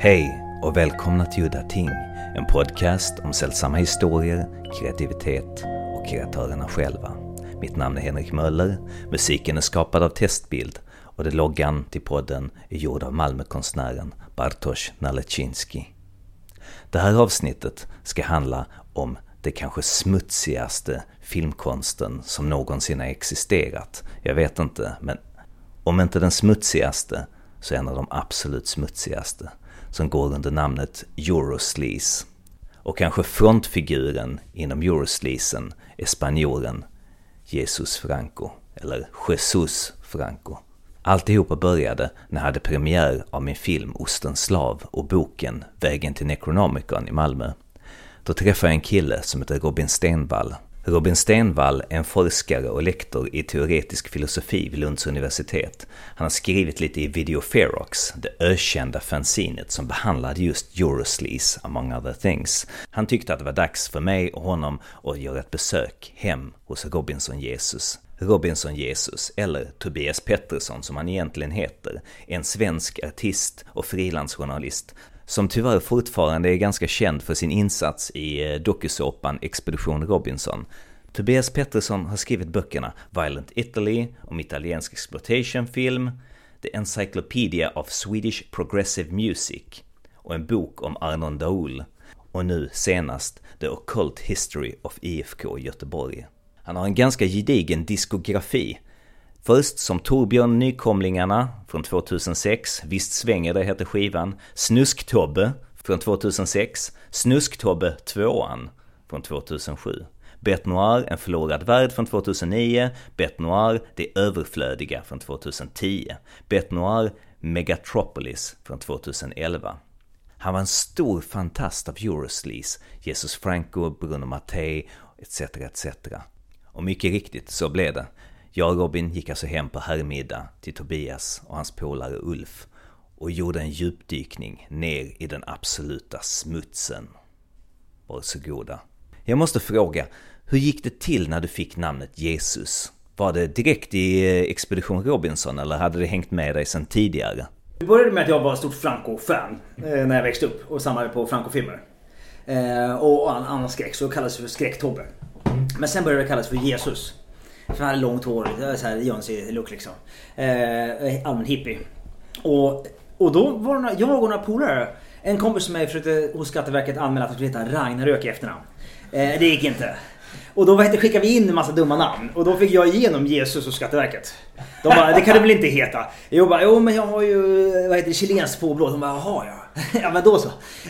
Hej och välkomna till Udda Ting, en podcast om sällsamma historier, kreativitet och kreatörerna själva. Mitt namn är Henrik Möller, musiken är skapad av Testbild och det loggan till podden är gjord av Malmökonstnären Bartosz Nalecinski. Det här avsnittet ska handla om det kanske smutsigaste filmkonsten som någonsin har existerat. Jag vet inte, men om inte den smutsigaste så en av de absolut smutsigaste, som går under namnet Eurosleaze. Och kanske frontfiguren inom Eurosleazen är spanjoren Jesus Franco, eller Jesus Franco. Alltihopa började när jag hade premiär av min film Ostens slav och boken Vägen till Necronomicon i Malmö. Då träffade jag en kille som heter Robin Stenvall. Robin Stenvall är en forskare och lektor i teoretisk filosofi vid Lunds universitet. Han har skrivit lite i Video Ferox, det ökända fanzinet som behandlade just Eurosleaze among other things. Han tyckte att det var dags för mig och honom att göra ett besök hem hos Robinson Jesus. Robinson Jesus, eller Tobias Pettersson som han egentligen heter, är en svensk artist och frilansjournalist som tyvärr fortfarande är ganska känd för sin insats i dokusåpan Expedition Robinson. Tobias Pettersson har skrivit böckerna Violent Italy om italiensk exploitation-film, The Encyclopedia of Swedish Progressive Music och en bok om Arnon Dahl, och nu senast The Occult History of IFK Göteborg. Han har en ganska gedigen diskografi. Först som Torbjörn Nykomlingarna från 2006, Visst svänger det heter skivan, Snusktobbe från 2006, Snusktobbe 2an från 2007, Bet Noir, En förlorad värld från 2009, Bet Noir, Det överflödiga från 2010, Bet Noir, Megatropolis från 2011. Han var en stor fantast av Eurosleaze, Jesus Franco, Bruno Mattei etc. etc. Och mycket riktigt så blev det. Jag och Robin gick alltså hem på herrmiddag till Tobias och hans polare Ulf och gjorde en djupdykning ner i den absoluta smutsen. Varsågoda. Jag måste fråga, hur gick det till när du fick namnet Jesus? Var det direkt i Expedition Robinson eller hade det hängt med dig sedan tidigare? Det började med att jag var ett stort Franco-fan när jag växte upp och samlade på Franco-filmer. Och annan skräck, så kallades det för skräcktobbe. Men sen började det kallas för Jesus. För han hade långt hår, så här Jönssi-look liksom. Allmän hippie. Och då var jag och några polare, en kompis som jag försökte hos Skatteverket anmäla att han skulle heta Ragnarök i efternamn. Det gick inte. Och då skickade vi in en massa dumma namn. Och då fick jag igenom Jesus och Skatteverket. De bara, det kan du väl inte heta? Jag bara, jo men jag har ju, chilenskt påblå. De bara, jaha ja. Ja men då så.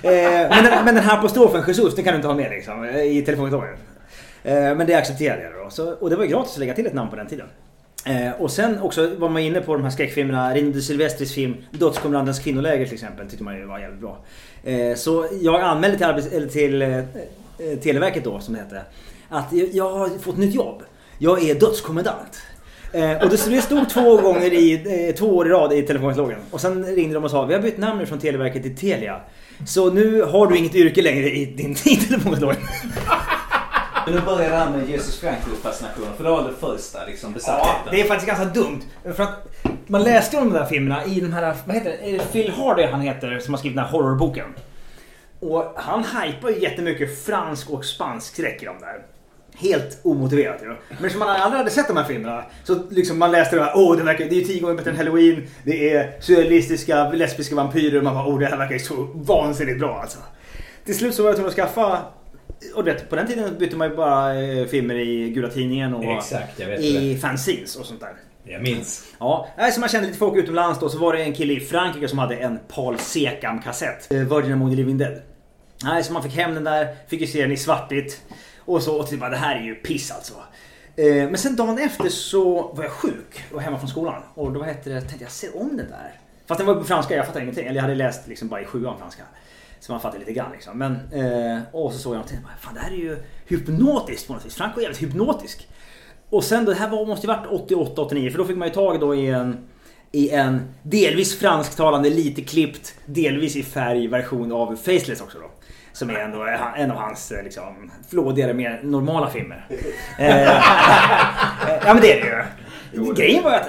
Men den här apostrofen Jesus, det kan du inte ha med liksom, i telefonkatalogin. Men det accepterade jag då. Så, och det var gratis att lägga till ett namn på den tiden. Och sen också var man inne på de här skräckfilmerna. Rino de Silvestris film Dödskomrandens kvinnoläger till exempel, tyckte man ju var jävligt bra. Så jag anmälde till Televerket då, som det hette, att jag har fått nytt jobb. Jag är dödskommendant. Och det stod 2 år i rad i telefonkatalogen. Och sen ringde de och sa, vi har bytt namn från Televerket till Telia. Så nu har du inget yrke längre i din telefonkatalog. Men nu börjar det här med Jesus Franco-fascinationen, för det var det första liksom, besattheten. Ja, det är faktiskt ganska dumt. För att man läste om de där filmerna i den här, vad heter det? Phil Hardy han heter, som har skrivit den här horrorboken. Och han hypar ju jättemycket fransk och spansk skräck i de där. Helt omotiverat ju. Men som man aldrig hade sett de här filmerna, så liksom man läste det här, det är ju 10 gånger bättre än Halloween, det är surrealistiska, lesbiska vampyrer, och man bara, det här verkar ju så vansinnigt bra alltså. Till slut så var jag tvungen att skaffa. Och på den tiden bytte man ju bara filmer i Gula tidningen och exakt, jag vet i fanzines och sånt där. Jag minns. Ja, så man kände lite folk utomlands då. Så var det en kille i Frankrike som hade en Paul Sekam-kassett, Virgin Among the Living Dead. Så man fick hem den där, fick ju se den i svartvitt. Och så typ bara, det här är ju piss alltså. Men sen dagen efter så var jag sjuk och hemma från skolan. Och då tänkte jag se om den där. Fast den var på franska, jag fattade ingenting. Eller jag hade läst liksom bara i 7an franska. Så man fattade lite grann liksom. Men, och så såg jag och tänkte, fan det här är ju hypnotiskt på något vis. Franco är jävligt hypnotisk. Och sen det här måste ju varit 88-89. För då fick man ju tag då i en delvis fransktalande, lite klippt, delvis i färgversion av Faceless också då. Som är ändå en av hans liksom, flådigare, mer normala filmer. Ja men det är det ju. grejen var att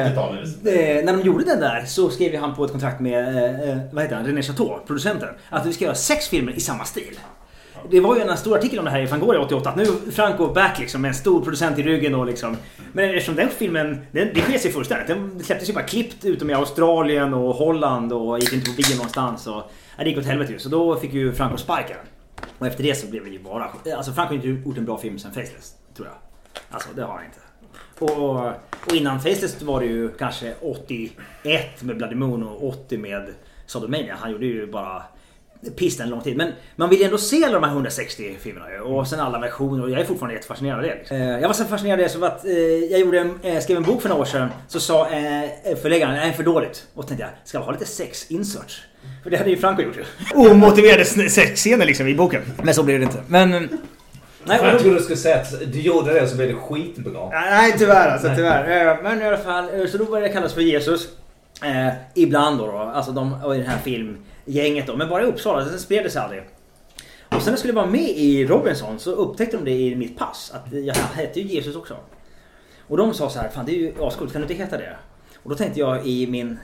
när de gjorde den där så skrev han på ett kontrakt med vad heter han? René Chateau, producenten, att vi ska göra 6 filmer i samma stil. Det var ju en stor artikel om det här i Fangoria 88 att nu Franco back liksom med en stor producent i ryggen och liksom. Men eftersom den filmen, det sker sig fullständigt. Den släpptes ju bara klippt utom i Australien och Holland och gick inte på bio någonstans och det gick åt helvete ju. Så då fick ju Franco sparken. Och efter det så blev det ju bara, alltså Franco har inte gjort en bra film sen Faceless, tror jag. Alltså det har han inte. Och innan Faceless var det ju kanske 81 med Bloody Moon och 80 med Sodomania. Han gjorde ju bara pisten en lång tid. Men man vill ju ändå se alla de här 160 filmerna och sen alla versioner och jag är fortfarande jättefascinerad av det. Liksom. Jag var så fascinerad av det så att jag skrev en bok för några år sedan så sa förläggaren, är för dåligt. Och tänkte jag, ska jag ha lite sex inserts? För det hade ju Franco gjort ju. Omotiverade sexscener liksom i boken. Men så blev det inte. Men nej, jag trodde du skulle säga att du gjorde det och så blev det skitbra. Nej, tyvärr alltså, tyvärr. Men i alla fall, så då började det kallas för Jesus. Ibland då, alltså i den här filmgänget då, men bara i Uppsala, så spred det sig aldrig. Och sen när jag skulle vara med i Robinson så upptäckte de det i mitt pass, att jag hette ju Jesus också. Och de sa så här, fan det är ju ascoolt, kan du inte heta det? Och då tänkte jag i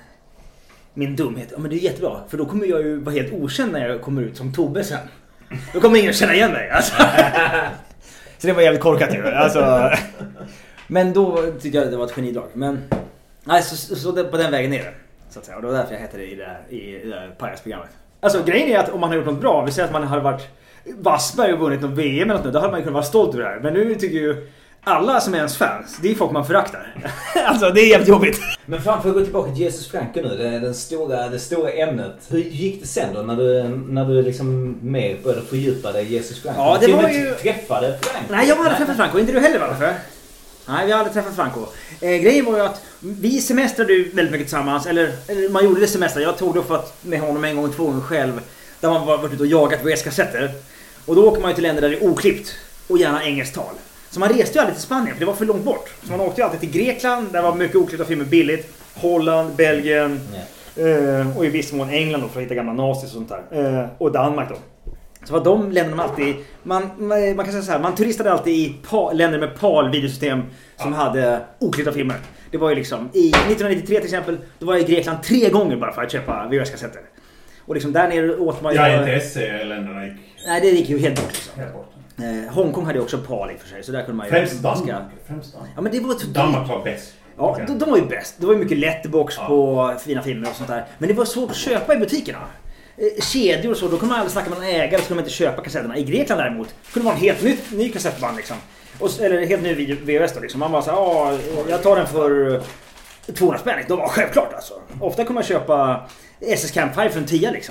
min dumhet, ja men det är jättebra, för då kommer jag ju vara helt okänd när jag kommer ut som Tobbe sen. Då kommer ingen att känna igen mig, alltså. Så det var jävligt korkat ju, alltså. Men då tyckte jag att det var ett genidrag, men nej, så det, på den vägen ner så att säga. Och det var därför jag hette det i det där Pajas-programmet. Alltså grejen är att om man har gjort något bra, vi säger att man hade varit Wassberg och vunnit någon VM eller något, då hade man ju kunnat vara stolt över det här. Men nu tycker ju alla som är ens fans, det är folk man föraktar. Alltså det är jävligt jobbigt. Men framför att gå tillbaka till Jesus Franco nu, det stora ämnet. Hur gick det sen då när du liksom mer började fördjupa dig i Jesus Franco? Ja, det var ju... Träffade Franco? Nej, jag har aldrig träffat Franco, inte du heller varför? Nej, vi har aldrig träffat Franco. Grejen var ju att vi semestrade väldigt mycket tillsammans. Eller man gjorde det semester. Jag tog det upp med honom en gång 2 gånger själv. Där man varit ute och jagat VHS-kassetter. Och då åker man ju till länder där det är oklippt. Och gärna engelskt tal. Så man reste ju aldrig till Spanien, för det var för långt bort. Så man åkte ju alltid till Grekland, där var mycket oklippta filmer billigt. Holland, Belgien. Och i viss mån England då, för att hitta gamla nazis och sånt där. Och Danmark då. Så var de länderna alltid, man kan säga så här, man turistade alltid i länder med PAL-videosystem som hade oklippta filmer. Det var ju liksom, i 1993 till exempel, då var jag i Grekland 3 gånger bara för att köpa VHS-kassetter. Och liksom där nere åt man ju... Ja, inte SC-länderna gick... Nej, det gick ju helt bort liksom. Helt bort. Hongkong hade ju också PAL i för sig, så där kunde man ju... Främst Danmark. Ja, men det var... Danmark var bäst. Ja, de var ju bäst. Det var ju mycket letterbox på fina filmer och sånt där. Men det var svårt att köpa i butikerna. Kedjor och så, då kunde man aldrig snacka med en ägare, så kunde man inte köpa kassetterna. I Grekland däremot kunde man ha en helt ny kassettband liksom. Eller helt ny VHS då liksom. Man bara såhär, jag tar den för 200 spänn. De var självklart alltså. Ofta kunde man köpa SS Camp 5 för en 10 liksom.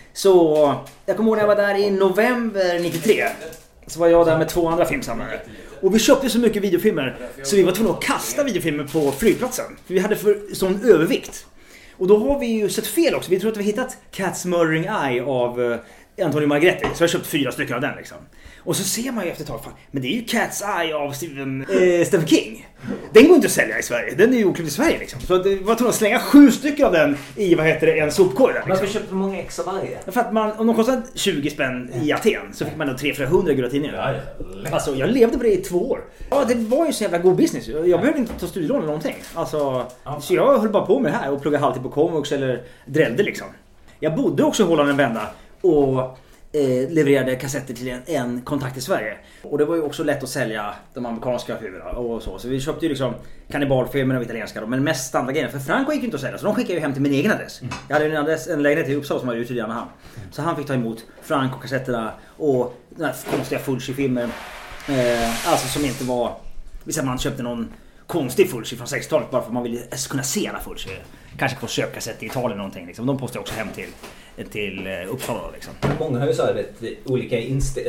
Så jag kommer ihåg när jag var där i november 93. Så var jag där med 2 andra filmsamlare. Och vi köpte så mycket videofilmer så vi var tvungna att kasta videofilmer på flygplatsen. För vi hade för sån övervikt. Och då har vi ju sett fel också. Vi tror att vi har hittat Cat's Murdering Eye av Antonio Margretti. Så jag har köpt 4 stycken av den liksom. Och så ser man ju efter ett tag, fan, men det är ju Cat's Eye av Stephen King. Den går inte att sälja i Sverige. Den är ju oklippt i Sverige liksom. Så det var tvungen att slänga 7 stycken av den i, en sopkorg där, liksom. Man ska köpa många ex av varje. För att om de kostade 20 spänn i Aten så fick man då 300-400 gula tidningar. Alltså jag levde på det i 2 år. Ja, det var ju så jävla god business. Jag behövde inte ta studielån eller någonting. Alltså, så jag höll bara på med det här och pluggade halvtid på komvux eller drällde liksom. Jag bodde också i Holland en vända och levererade kassetter till en kontakt i Sverige. Och det var ju också lätt att sälja de amerikanska filmerna och så. Så vi köpte ju liksom kannibalfilmerna och italienska då, men mest standardgrejer. För Franco gick inte att sälja, så de skickade ju hem till min egen adress. Jag hade en lägenhet i Uppsala som var ute i Dianahamn. Så han fick ta emot Franco-kassetterna och den här konstiga Fulci-filmer. Alltså som inte var... Visst att man köpte någon konstig Fulci från 60-talet bara för att man ville kunna se alla Fulci. Kanske på köpkassett i Italien eller någonting liksom. De postade också hem till Uppsala liksom. Många har ju sagt olika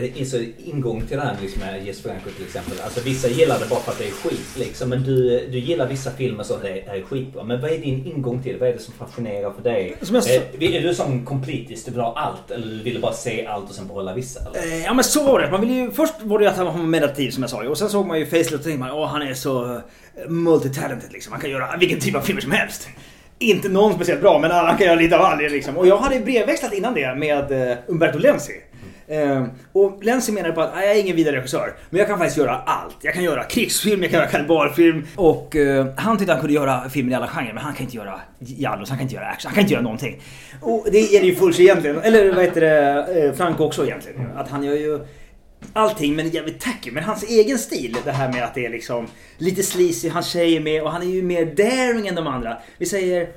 ingång till det här liksom, med Jesus Franco till exempel. Alltså vissa gillar det bara för att det är skit liksom, men du gillar vissa filmer så det är skitbra. Men vad är din ingång till det? Vad är det som fascinerar för dig? Är du som completist, du vill ha allt eller du vill bara se allt och sen behålla vissa? Eller? Ja men så var det. Man ville ju, först var det att han var meditativ som jag sa, och sen såg man ju Faceless och tänkte man, han är så multitalented liksom. Han kan göra vilken typ av filmer som helst. Inte någon speciellt bra, men han kan göra lite av aldrig liksom. Och jag hade brevväxlat innan det med Umberto Lenzi. Och Lenzi menar på att jag är ingen vidare regissör, men jag kan faktiskt göra allt. Jag kan göra krigsfilm, jag kan göra kannibalfilm. Och han tyckte han kunde göra filmer i alla genrer, men han kan inte göra giallos, han kan inte göra action, han kan inte göra någonting. Och det är ju Fulci egentligen, eller vad heter det, Franco också egentligen. Att han gör ju allting, men jävligt tacky. Men hans egen stil, det här med att det är liksom lite sleazy, han säger med, och han är ju mer daring än de andra. Vi säger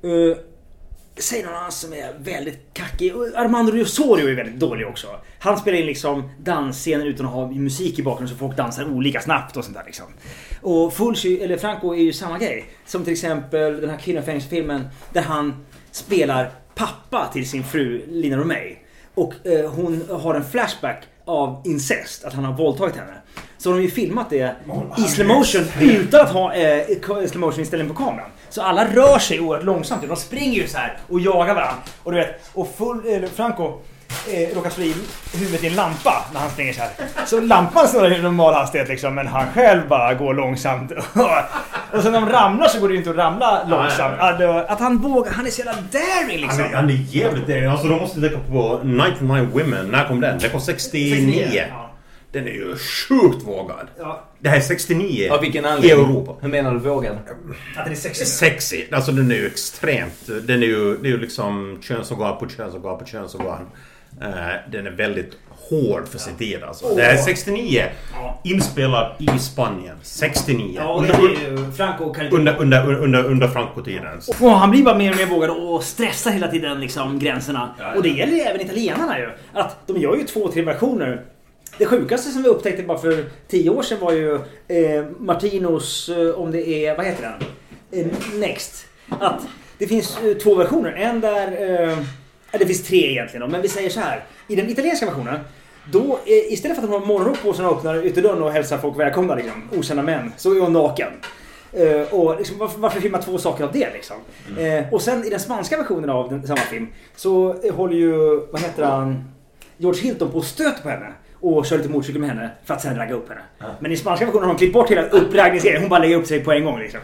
någon annan som är väldigt kackig. Armando Riosorio är väldigt dålig också. Han spelar in liksom dansscener utan att ha musik i bakgrunden, så folk dansar olika snabbt och sånt där liksom. Och Fulci, eller Franco, är ju samma grej. Som till exempel den här kvinnofängelsefilmen där han spelar pappa till sin fru Lina Romay. Och hon har en flashback av incest, att han har våldtagit henne. Så de har ju filmat det i slow motion utan att ha slow motion inställning på kameran. Så alla rör sig oerhört långsamt. De springer ju så här och jagar varandra. Och du vet, och Franco råkar slå i huvudet i en lampa när han springer så här. Så lampan står i normal hastighet liksom, men han själv bara går långsamt. Och sen när de ramlar så går det ju inte att ramla långsamt. Att han vågar, han är så jävla daring liksom. Han är jävligt daring. Alltså de måste tänka på 99 Women. När kom den? Det kom 69. Ja. Den är ju sjukt vågad. Ja. Det här är 69 vilken i Europa. Hur menar du vågad? Att den är sexy. Sexy. Alltså den är ju extremt. Det är ju liksom könsorgan på könsorgan på könsorgan. Den är väldigt hård för sin tid alltså. Det är 69 inspelad i Spanien. 69. Ja, och det är ju Franco kan under Franco-tiden. Och han blir bara mer och mer vågad och stressar hela tiden liksom gränserna. Och det gäller ju även italienarna ju. Att de gör ju 2-3 versioner. Det sjukaste som vi upptäckte bara för 10 år sedan var ju Martinos, om det är, vad heter den? Next. Att det finns 2 versioner. En där, det finns 3 egentligen då, men vi säger så här. I den italienska versionen, då istället för att de har morgonrock på sig och öppnar ytterdörren och hälsar folk välkomna liksom, okända män, så är hon naken. Och liksom, varför filma 2 saker av det liksom? Och sen i den spanska versionen av samma film så håller ju, vad heter han, George Hilton på stöt på henne och kör lite motorcykel med henne för att sen ragga upp henne. Men i spanska versionen har de klippt bort hela uppraggningsserien. Hon bara lägger upp sig på en gång liksom.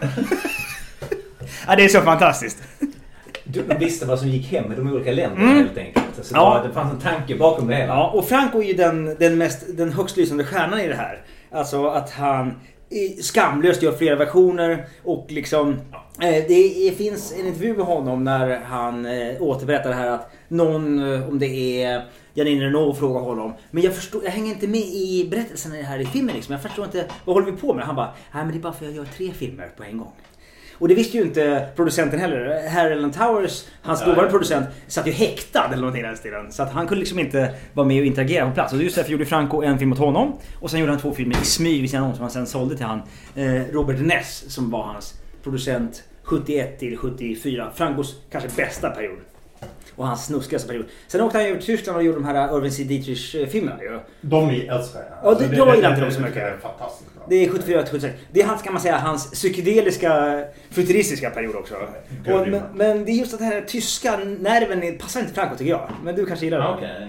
Ja, det är så fantastiskt. Du visste vad som gick hem i de olika länderna helt enkelt. Så det fanns en tanke bakom det hela. Ja, och Franco är ju den högst lysande stjärnan i det här. Alltså att han skamlöst gör flera versioner och liksom det finns en intervju med honom när han återberättar det här att någon, om det är Janine Renault, frågar honom, men jag hänger inte med i berättelsen här i filmen liksom. Jag förstår inte, vad håller vi på med? Han bara, nej men det är bara för att jag gör 3 filmer på en gång. Och det visste ju inte producenten heller. Harlan Towers, hans dåvarande producent, satt ju häktad eller någonting i den stilen. Så att han kunde liksom inte vara med och interagera på plats. Och just därför gjorde Franco en film åt honom. Och sen gjorde han 2 filmer i smyg vid sidan om som han sen sålde till han. Robert Ness som var hans producent 71 till 74. Francos kanske bästa period. Och hans snuskigaste period. Sen åkte han ju till Tyskland och gjorde de här Irving C. Dietrich-filmerna. De älskar jag. Ja, jag gillar inte dem så mycket. Det är fantastiskt. Det är 74-76. Det är hans, kan man säga, hans psykedeliska, futuristiska period också. Men det är just att den här tyska nerven passar inte Franco tycker jag. Men du kanske gillar det. Okej.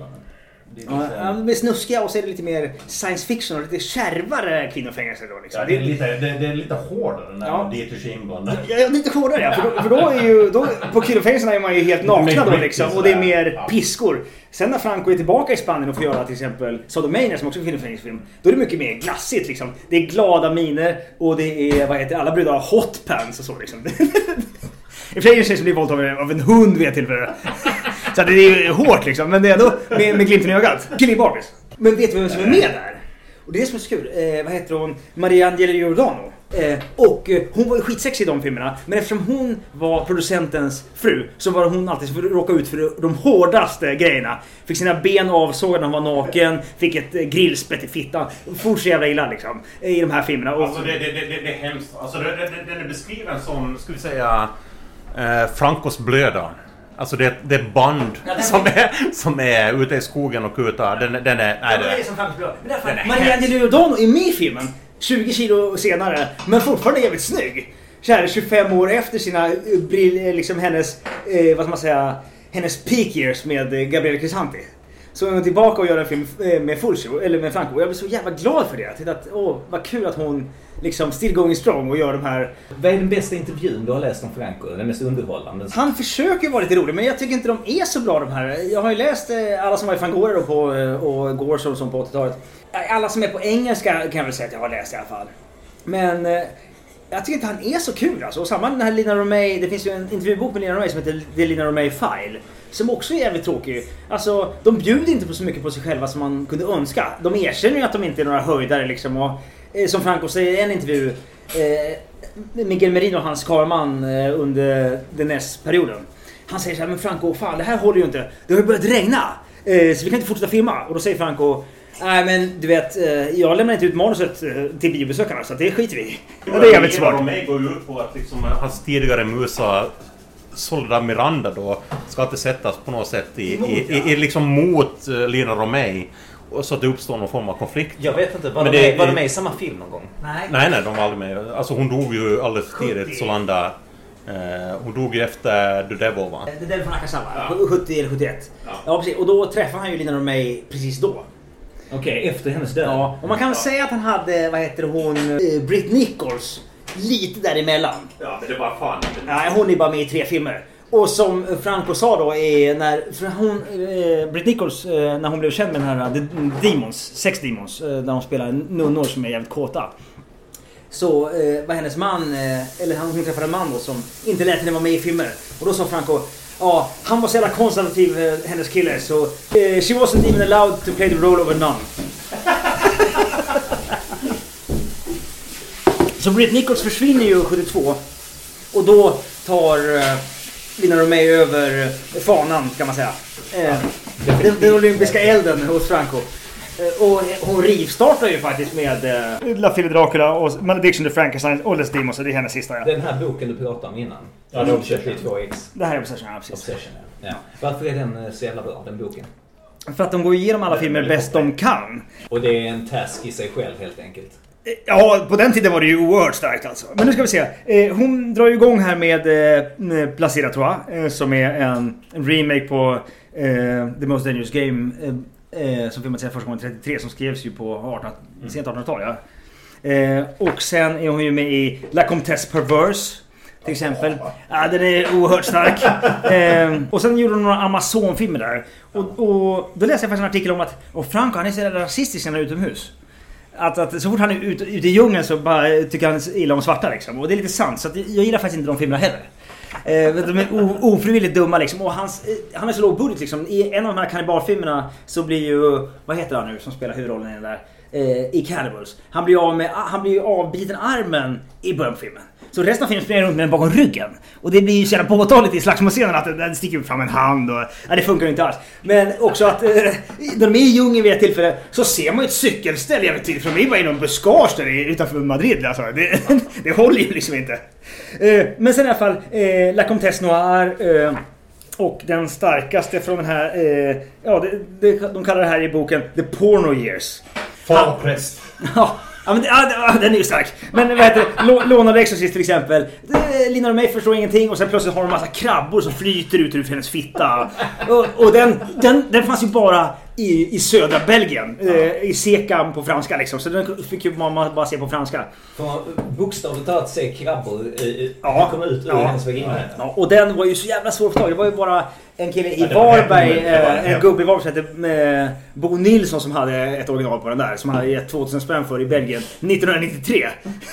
De är snuskiga och så är det lite mer science fiction och lite kärvare kvinnofängelse då liksom. Ja, det är lite hårdare när Dietrich inblandad. Ja, lite hårdare ja. För då är ju på kvinnofängelserna är man ju helt nakna då liksom och det är mer piskor. Sen när Franco är tillbaka i Spanien och får göra till exempel Sodomainer som också är kvinnofängelsefilm, då är det mycket mer glassigt liksom. Det är glada miner och det är alla brudar har hot pants och så liksom. I flera sig som blir våldtagen av en hund vid ett tillfälle. Så det är hårt liksom, men det är ändå med glimten i ögat. Killing Barbies. Men vet du vem som är med där? Och det är som är så kul. Vad heter hon? Mariangela Giordano. Och hon var ju skitsexig i de filmerna. Men eftersom hon var producentens fru så var hon alltid så råka ut för de hårdaste grejerna. Fick sina ben avsågade när hon var naken. Fick ett grillspett i fittan. For så jävla illa liksom. I de här filmerna. Och alltså det är hemskt. Alltså den är beskriven som, ska vi säga, Francos blödan. Alltså det är band som är ute i skogen och kutar. Den är det är som Francos blöd. Men därför Marianne Giordano är med i filmen 20 kilo senare, men fortfarande jävligt snygg. Så här 25 år efter sina liksom hennes vad ska man säga, hennes peak years med Gabriele Crisanti. Så är hon tillbaka och gör en film med Fulci eller med Franco. Jag blev så jävla glad för det. Jag tänkte att vad kul att hon liksom still going strong och gör de här... Vad är den bästa intervjun du har läst om Franco? Den mest underhållande? Han försöker vara lite rolig, men jag tycker inte de är så bra de här. Jag har ju läst alla som var i Fangoria då på, och Gorson som på 80-talet. Alla som är på engelska kan jag väl säga att jag har läst i alla fall. Men jag tycker inte han är så kul alltså. Och samma den här Lina Romay, det finns ju en intervjubok med Lina Romay som heter The Lina Romay File. Som också är jävligt tråkig. Alltså, de bjuder inte på så mycket på sig själva som man kunde önska. De erkänner ju att de inte är några höjdare liksom. Och, som Franco säger i en intervju, Miguel Merino och hans karman under den NES-perioden. Han säger så här, men Franco, fan det här håller ju inte. Det har ju börjat regna. Så vi kan inte fortsätta filma. Och då säger Franco, nej men du vet, jag lämnar inte ut manuset till biobesökarna så det skiter vi i. Ja, det är jävligt svårt. Romay går ju ut på att liksom, hans tidigare musa Soledad Miranda då ska inte sättas på något sätt i liksom mot Lina Romay. Och så att det uppstår någon form av konflikt. Jag vet inte, var de med i samma film någon gång? Nej, de var aldrig med. Alltså hon dog ju alldeles tidigt, Solanda. Hon dog ju efter The Devil, va? The Devil från Akasawa, 70 eller 71. Ja, precis. Och då träffade han ju Lina Romay precis då. Okej, efter hennes död. Ja, och man kan säga att han hade, vad heter hon, Britt Nichols lite däremellan. Ja, men det var fan. Ja, hon är bara med i 3 filmer. Och som Franco sa då är när för hon Britt Nichols när hon blev känd med den här Sex Demons där hon spelar nunnor som är jävligt kåta. Så var hennes man eller hon träffade en man då som inte lät henne vara med i filmer. Och då sa Franco, ja, han var så jävla konservativ hennes kille så she wasn't even allowed to play the role of a nun. Så Britt Nichols försvinner ju 72 och då tar Lina Romay över fanan kan man säga. Den olympiska elden hos Franco. Och hon rivstartar ju faktiskt med La Fille Dracula och Malediction of Frankenstein och Les Demons, så det är hennes sista. Ja. Den här boken du pratade om innan. Ja, det Obsession 2X. Det här är Obsession, ja, precis. Obsession, ja. Varför är den så jävla bra, den boken? För att de går igenom alla filmer bäst de kan. Och det är en task i sig själv helt enkelt. Ja, på den tiden var det ju oerhört starkt alltså. Men nu ska vi se. Hon drar ju igång här med Placida tror jag, som är en remake på The Most Dangerous Game som filmades första gången 33 som skrevs ju på sent 1800-tal. Ja. Och sen är hon ju med i La Comtesse Perverse till exempel. Ja, den är oerhört stark. Och sen gjorde hon några Amazon-filmer där. Och då läste jag faktiskt en artikel om att Franco han är så rasistisk när han är utomhus. Att så fort han är ute i djungeln så bara tycker han illa om svarta liksom. Och det är lite sant, så att jag gillar faktiskt inte de filmerna heller. De är ofrivilligt dumma liksom. Och han är så låg budget liksom. I en av de här kannibalfilmerna så blir ju, vad heter han nu som spelar huvudrollen i den där, i Cannibals. Han blir avbiten armen i början på filmen. Så resten av filmen springer runt med den bakom ryggen. Och det blir ju så jävla påtagligt i slagsmålscenen att det sticker fram en hand och det funkar inte alls. Men också att när de är i djungeln vid ett tillfälle så ser man ju ett cykelställ jävligt tydligt. För de är bara i någon buskage där utanför Madrid. Alltså. Det håller ju liksom inte. Men sen i alla fall La Comtesse Noir och den starkaste från den här de kallar det här i boken The Porno Years. Farprest. Ja, men den är ju stark. Men vad heter det? Lånade Exorcist till exempel. Lina Romay förstår ingenting och sen plötsligt har de en massa krabbor som flyter ut ur hennes fitta. Och den fanns ju bara i södra Belgien. I Sekam på franska liksom. Så den fick ju man bara se på franska. För bokstavligt talat se krabbor komma ut ur hennes vagina. Ja, och den var ju så jävla svår att få tag. Det var ju bara en kille i Varberg, en gubbe i Varberg som hette Bo Nilsson som hade ett original på den där. Som hade gett 2000 spänn för i Belgien 1993.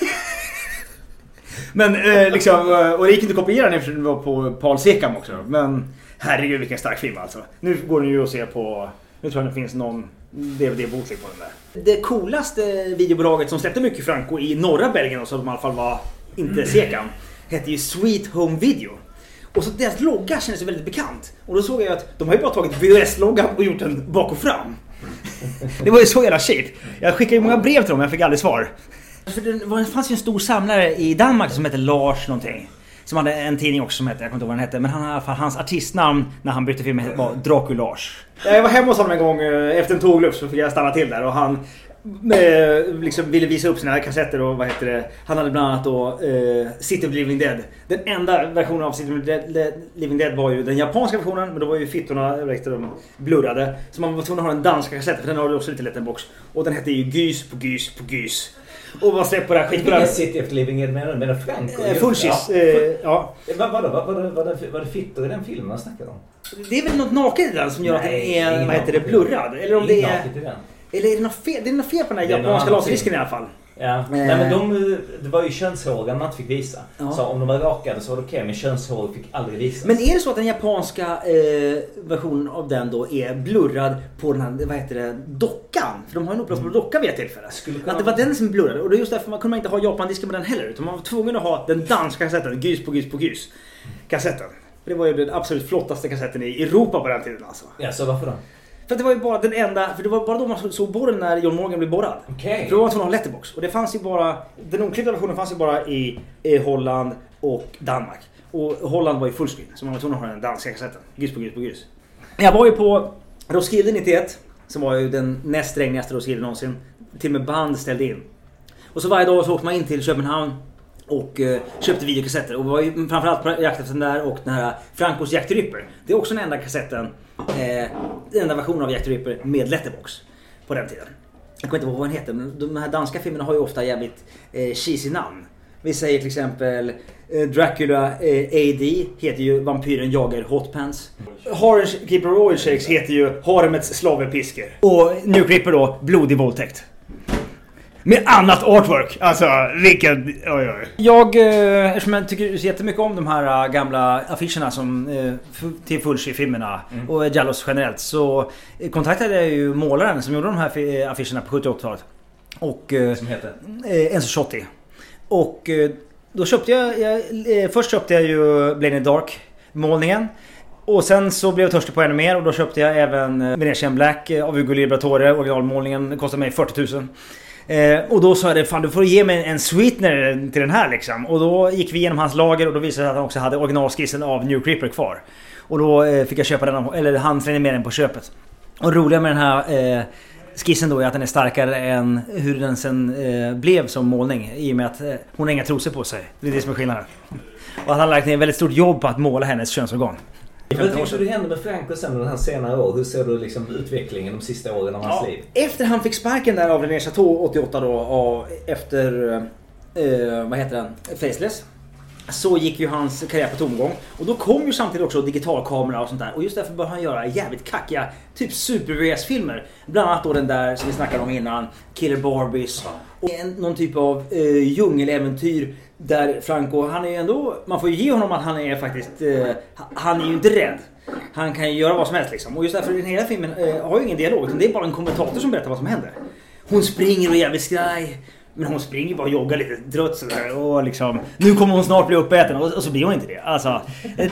Men liksom, och det gick inte att kopiera den eftersom det var på Paul Sekam också. Men herregud vilken stark film alltså. Nu går den ju att se på, nu tror jag det finns någon DVD-bootleg på den där. Det coolaste videobolaget som släppte mycket Franco i norra Belgien och som i alla fall var inte Sekam hette ju Sweet Home Video. Och så deras logga kändes väldigt bekant. Och då såg jag att de har ju bara tagit VHS-loggan och gjort den bak och fram. Det var ju så jävla cheap. Jag skickade ju många brev till dem men jag fick aldrig svar. För det fanns ju en stor samlare i Danmark som hette Lars någonting. Som hade en tidning också som hette, jag kommer inte ihåg vad den hette. Men han i alla fall, hans artistnamn när han bytte film var Draculars. Jag var hemma hos honom en gång efter en tågluff så fick jag stanna till där. Och han liksom ville visa upp sina kassetter och vad heter det. Han hade bland annat då City of Living Dead. Den enda versionen av City of Living Dead var ju den japanska versionen. Men då var ju fittorna blurrade. Så man var tvungen att ha den danska kassetten för den har ju också lite liten box. Och den hette ju Gys på Gys på Gys. Och var släppt på det här skitbra. Vilken City of Living med Franco? Fulcis, ja. Var det fittor i den filmen han snackade om? Det är väl något naket i den som gör att den är, vad heter det, blurrad. Eller om det är... Eller är det något fel? Det är något fel på den här japanska laserdisken i alla fall. Ja. Nej, men det var ju könshåren man inte fick visa. Ja. Så om de var rakade så var det okej, men könshår fick aldrig visas. Men är det så att den japanska versionen av den då är blurrad på den här, vad heter det, dockan? För de har ju en upplösbar docka vid ett tillfälle. Att det var den som blurrade. Och det är just därför man kunde inte ha Japan-disken på den heller. Utan man var tvungen att ha den danska kassetten, Gys på Gys kassetten. För det var ju den absolut flottaste kassetten i Europa på den tiden alltså. Ja, så varför då? För det var ju bara den enda, för det var bara då man såg borren när John Morgan blev borrad. Okay. För då var man tvungen att ha letterbox. Och det fanns ju bara, den oklippta versionen fanns ju bara i Holland och Danmark. Och Holland var ju fullscreen, så man var tvungen att ha den danska kassetten. Gys på Gys. Jag var ju på Roskilde 91, som var ju den näst regnigaste Roskilde någonsin. Till och med band ställde in. Och så varje dag så åkte man in till Köpenhamn och köpte videokassetter. Och var ju framförallt på jakt efter den där och den här Francos Jack the Ripper. Det är också den enda kassetten, den enda versionen av Jack the Ripper med letterbox på den tiden. Jag kommer inte ihåg vad den heter, men de här danska filmerna har ju ofta jävligt cheesy namn. Vi säger till exempel Dracula AD heter ju Vampyren jagar hotpants. Horror Keeper Oil Shakes heter ju Haremets slavepisker. Och New Ripper då, blodig våldtäkt. Med annat artwork. Alltså, vilken... Oj. Jag, eftersom jag tycker så jättemycket om de här gamla affischerna som till Fulci-filmerna och Jallos generellt, så kontaktade jag ju målaren som gjorde de här affischerna på 70-80-talet. Och, som heter? Enzo Ciotti. Och då köpte jag först köpte jag ju Blade in the Dark målningen. Och sen så blev jag törstig på ännu mer och då köpte jag även Venetian Black av Ugo Liberatore. Originalmålningen kostade mig 40 000. Och då sa jag det, fan du får ge mig en sweetener till den här liksom. Och då gick vi igenom hans lager och då visade det sig att han också hade originalskissen av New Creeper kvar. Och då fick jag köpa den, eller han slängde med den på köpet. Och roliga med den här skissen då är att den är starkare än hur den sen blev som målning. I och med att hon har inga trosor på sig. Det är det som är skillnaden. Och han har lagt ner väldigt stort jobb på att måla hennes könsorgan. Vad tycker du hände med Franco sen under hans senare år? Hur ser du liksom utvecklingen de sista åren av hans liv? Efter han fick sparken där av René Chateau 88 då, efter vad heter den? Faceless. Så gick ju hans karriär på tomgång. Och då kom ju samtidigt också digitalkamera och sånt där. Och just därför började han göra jävligt kackiga typ super-VS-filmer. Bland annat då den där som vi snackade om innan, Killer Barbies. Och någon typ av djungeläventyr där Franco, han är ju ändå, man får ju ge honom att han är faktiskt, han är ju inte rädd. Han kan ju göra vad som helst liksom. Och just därför den hela filmen har ju ingen dialog, utan det är bara en kommentator som berättar vad som händer. Hon springer och är jävligt skraj. Men hon springer bara och joggar lite trött sådär. Och liksom, nu kommer hon snart bli uppäten. Och så blir hon inte det. Alltså,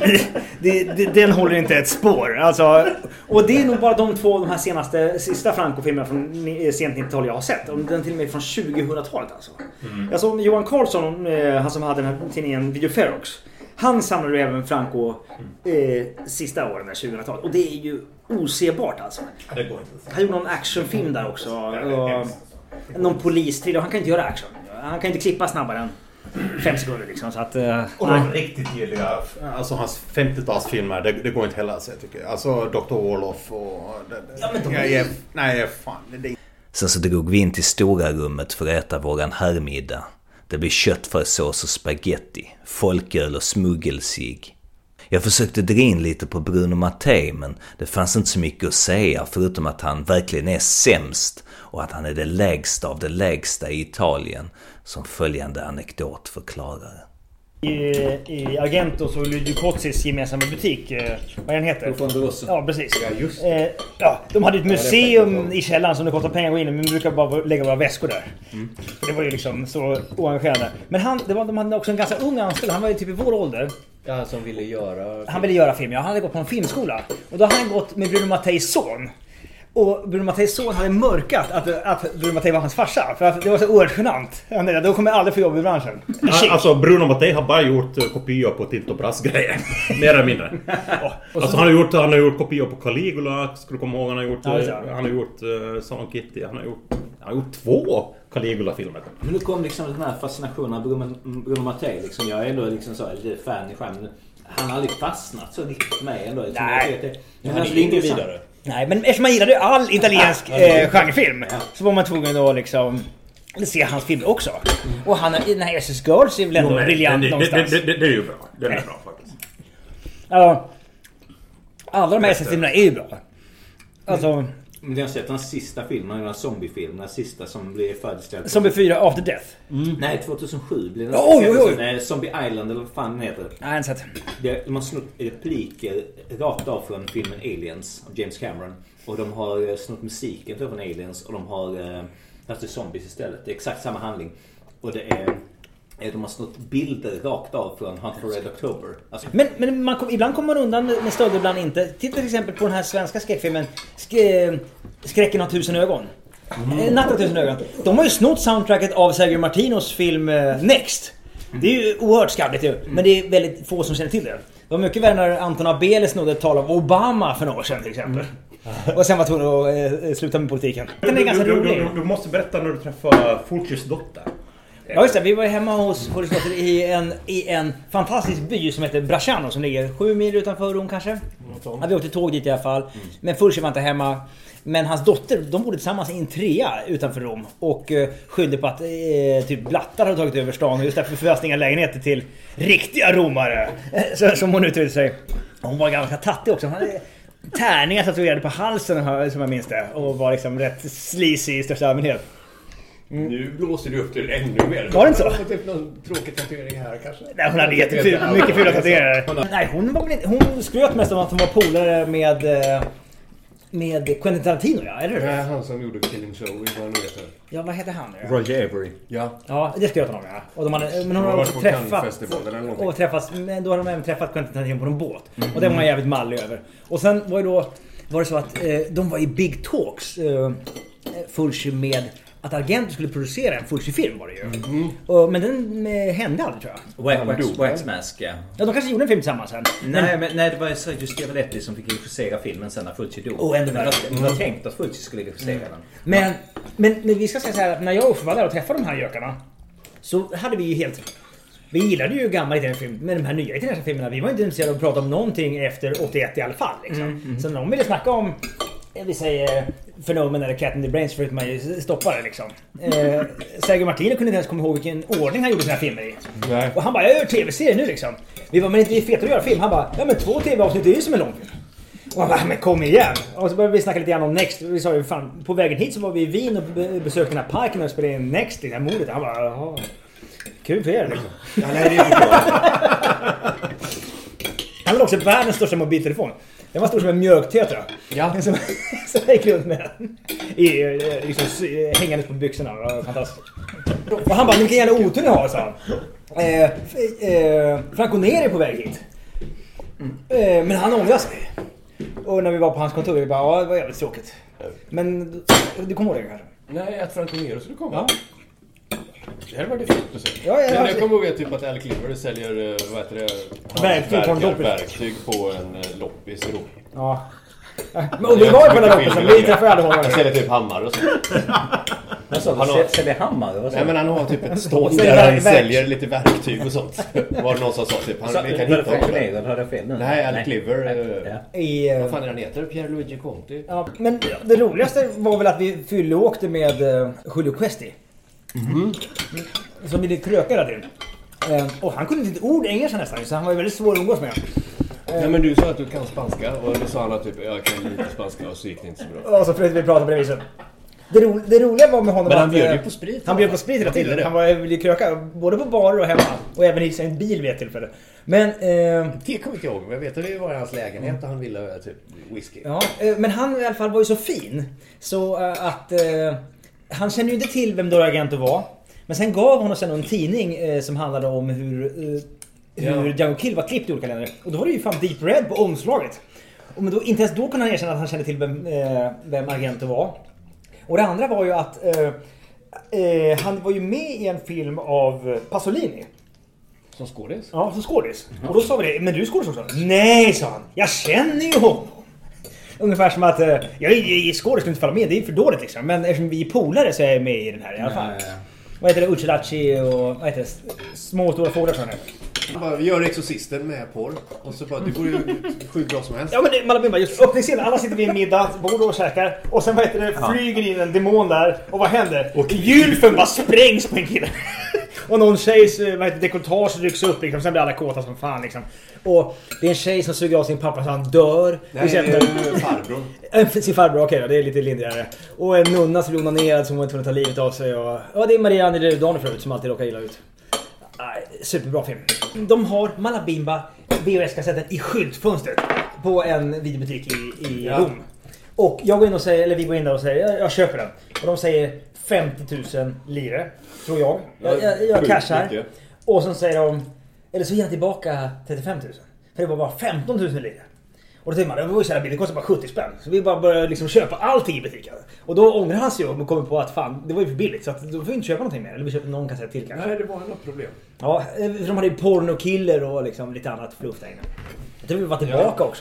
den håller inte ett spår. Alltså, och det är nog bara de sista Franco-filmerna från sent 90-tal jag har sett. Den till och med från 2000-talet alltså. Alltså Johan Carlsson, han som hade den här tidningen Video Ferox. Han samlade även Franco sista åren där 2000-talet. Och det är ju osebart alltså. Det går inte. Han gjorde någon actionfilm där också. Någon polisthriller. Han kan inte göra action. Han kan inte klippa snabbare än 5 sekunder liksom. Så att, och de riktigt gilliga, alltså hans 50-talsfilmer, det går inte heller att se tycker jag. Alltså Dr. Orloff och... Sen så drog vi in till stora rummet för att äta våran herrmiddag. Det blir köttfärssås och spaghetti, folköl och smuggelsig. Jag försökte dra in lite på Bruno Mattei, men det fanns inte så mycket att säga förutom att han verkligen är sämst och att han är det lägsta av det lägsta i Italien, som följande anekdot förklarar. I Argento så Luigi Cozzis gemensamma butik, vad den heter? Ja, precis. Ja, just ja, de hade ett museum i källaren som det kostar pengar att gå in i, men vi brukar bara lägga våra väskor där. För det var ju liksom så oengagerande. Men de hade också en ganska ung anställd, han var ju typ i vår ålder. Ja, som ville göra film. Han ville göra film, ja. Han hade gått på en filmskola. Och då hade han gått med Bruno Matteis son. Och Bruno Matteis son hade mörkat att Bruno Mattei var hans farsa. För att det var så oerhört genant. Då kommer jag aldrig få jobb i branschen. Alltså Bruno Mattei har bara gjort kopior på Tinto Brass-grejer. Mer eller mindre. Alltså han har gjort kopior på Caligula. Skulle komma ihåg, han har gjort Salon Kitty. Han har gjort 2 Caligula-filmer. Men nu kom liksom den här fascinationen av Bruno Mattei. Liksom, jag är ändå liksom så lite fan i skärmen. Han har aldrig fastnat så riktigt för mig ändå. Liksom. Nej. Han är inte vidare. Nej, men eftersom man gillade all italiensk genrefilm så var man tvungen att liksom se hans film också. Och han är, den här SS Girls är väl ändå briljant någonstans. Det är ju bra. Den är bra faktiskt. Ja, alla de här SS-filmerna är ju bra. Alltså... Men jag har sett den sista filmen, den zombiefilm, den sista som blev färdigställd. Zombie 4 After Death. Nej, 2007 blev Oj. Zombie Island eller vad fan den heter. Nej, inte sett. De har snott repliker rakt av från filmen Aliens av James Cameron. Och de har snott musiken från Aliens och de har haft zombies istället. Det är exakt samma handling. Och det är... De har snott bilder rakt av från Hunt for Red October. Alltså. Men ibland kommer man undan med stöd, ibland inte. Titta till exempel på den här svenska skräckfilmen Skräcken av 1000 ögon. Natt av 1000 ögon. De har ju snott soundtracket av Sergio Martinos film Next. Det är ju oerhört skadligt ju. Men det är väldigt få som känner till det. Det var mycket värre när Anton Abele snodde ett tal om Obama för några år sedan till exempel. Och sen var tvungen att sluta med politiken. Den är ganska rolig. Du måste berätta när du träffade Fulcis dotter. Ja just det, vi var hemma hos Fulcis i en fantastisk by som heter Bracciano som ligger 7 mil utanför Rom kanske. Ja, vi åkte tåg dit i alla fall. Men Fulcis var inte hemma. Men hans dotter, de bodde tillsammans i en trea utanför Rom. Och skyllde på att typ blattar hade tagit över stan. Just därför förlöste inga lägenheter till riktiga romare. Som hon uttryckte sig. Hon var ganska tattig också. Hon hade tärningar tatuerade på halsen som jag minns det. Och var liksom rätt sleazy i största allmänhet. Nu blåser du upp till ännu mer. Var det inte så? Typ någon tråkig tatuering här kanske. Nej, hon hade mycket fula tatueringar. Nej, hon skröt mest om att hon var polare med Quentin Tarantino, ja, eller hur? Nej, han som gjorde Killing Joe, vad han nu heter. Ja, vad heter han nu? Roger Avery. Ja, det skröt hon om, ja. Och men hon har också träffat men då har de även träffat Quentin Tarantino på en båt. Och det var man jävligt mallig över. Och sen var det så att de var i Big Talks Fulci med att Argento skulle producera en Fulci-film var det ju. Men den hände aldrig tror jag. Wax Mask, ja. Ja, de kanske gjorde en film tillsammans sen. Nej, det var Sergio Schiavelletti som fick regissera filmen sen när Fulci dog. Ändå det var tänkt att Fulci skulle regissera den. Men vi ska säga så här att när jag och Uffe var där och träffade de här gökarna så hade vi ju vi gillade ju gamla italienska filmer, men de här nya italienska filmerna, vi var inte intresserade av att prata om någonting efter 81 i alla fall. Liksom. Så när de ville snacka om, vi säger Fenomen eller Cat in the Brains, för att man ju stoppar det liksom. Sergio Martino kunde inte ens komma ihåg vilken ordning han gjorde sina filmer i. Nej. Och han bara, jag gör tv-serie nu liksom. Vi var men inte fet att göra film. Han bara, ja men 2 tv-avsnitt är ju som en lång film. Och han bara, men kom igen. Och så började vi snacka lite grann om Next. Vi sa ju, fan, på vägen hit så var vi i Wien och besökte den här parken och spelade in Next i det här mordet. Han bara, jaha. Kul för er liksom. Ja, nej, det är inte bra. Han hade också världens största mobiltelefon. Den var stor som en mjölktetra. Ja. Som jag gick runt med den. Liksom, hängandes på byxorna. Det var fantastiskt. Och han bara, ni kan gärna otur ni har, sa han. Franco Neri är på väg hit. Men han ångrar sig. Och när vi var på hans kontor, vi bara, ja, det var jävligt tråkigt. Men du kommer ihåg det kanske? Nej, att Franco Neri skulle komma. Ja. Det här var det fint precis. Ja, jag kommer ihåg typ att Al Cliver säljer verktyg på en loppis i Rom. Ja. Men vi var ju på den loppisen, vi träffade aldrig honom. Han säljer typ hammar och så. Han säljer hammar? Nej, men han har typ ett stånd där han säljer lite verktyg och sånt. Var det någon som sa typ, vi kan hitta honom. Nej, Al Cliver. Vad fan är han heter? Pierluigi Conti. Ja, men det roligaste var väl att vi fyllåkte med Julio Questi. Som ville kröka där till. Och han kunde inte ett ord engelska nästan, så han var väldigt svår att umgås med. Ja, men du sa att du kan spanska och då sa han att typ, jag kan lite spanska och så gick det inte så bra. Och så försökte vi prata på det viset. Det roliga var med honom. Men han bjöd ju på sprit. Han bjöd på sprit hela tiden. Han ville kröka både på barer och hemma. Och även i en bil vid ett tillfälle. Men det kommer inte ihåg, men jag vet att det var i hans lägenhet och han ville typ whisky. Ja, men han i alla fall var ju så fin så att han kände ju inte till vem Dario Argento var. Men sen gav hon oss en tidning som handlade om hur Django Kill var klippt i olika länder. Och då var det ju fan Deep Red på omslaget. Och men då, inte ens då kunde han erkänna att han kände till vem Argento var. Och det andra var ju att han var ju med i en film av Pasolini. Som skådis? Ja, som skådis. Och då sa vi det, men du är skådis också? Nej, sa han. Jag känner ju honom. Ungefär som att jag är skådis inte falla med, det är för dåligt liksom. Men eftersom vi är polare så är jag med i den här i alla fall. Vad heter det? Uccelacci och vad heter det? Små och stora fåglar sådana. Vi gör Exorcisten med porr. Och så bara, det går ju sju bra som helst. Ja, men Malabimba, just öppningsscenen. Alla sitter vid en middagsbord och käkar. Och sen flyger in en demon där. Och vad händer? Och gylfen bara sprängs på en kille. Och någon tjejs dekoltage rycks upp liksom. Sen blir alla kåta som fan liksom. Och det är en tjej som suger av sin pappa så han dör. Nej, det är farbror. Sin farbror, okej då, det är lite lindrigare. Och en nunna som blir onanerad som var tvungen att ta livet av sig. Och det är Marianne Lilledane förut som alltid råkar illa ut. Superbra film. De har Malabimba VHS-kassetten i skyltfönstret på en videobutik i Rom. Och jag går in och säger, eller vi går in där och säger jag köper den. Och de säger 50 000 lire, tror jag. Jag cashar. Mycket. Och så säger de, eller så ger jag tillbaka 35 000. För det var bara 15 000 lire. Och då tänkte man, det var ju så här billigt, det kostar bara 70 spänn. Så vi bara började liksom köpa allting i butiken. Och då ångrar han sig och kommer på att fan, det var ju för billigt. Så att då får vi inte köpa någonting mer. Eller vi köpte någon kassett till kanske. Nej, det var något problem. Ja, för de hade ju pornokiller och liksom lite annat fluff där inne. Jag tror vi var tillbaka också.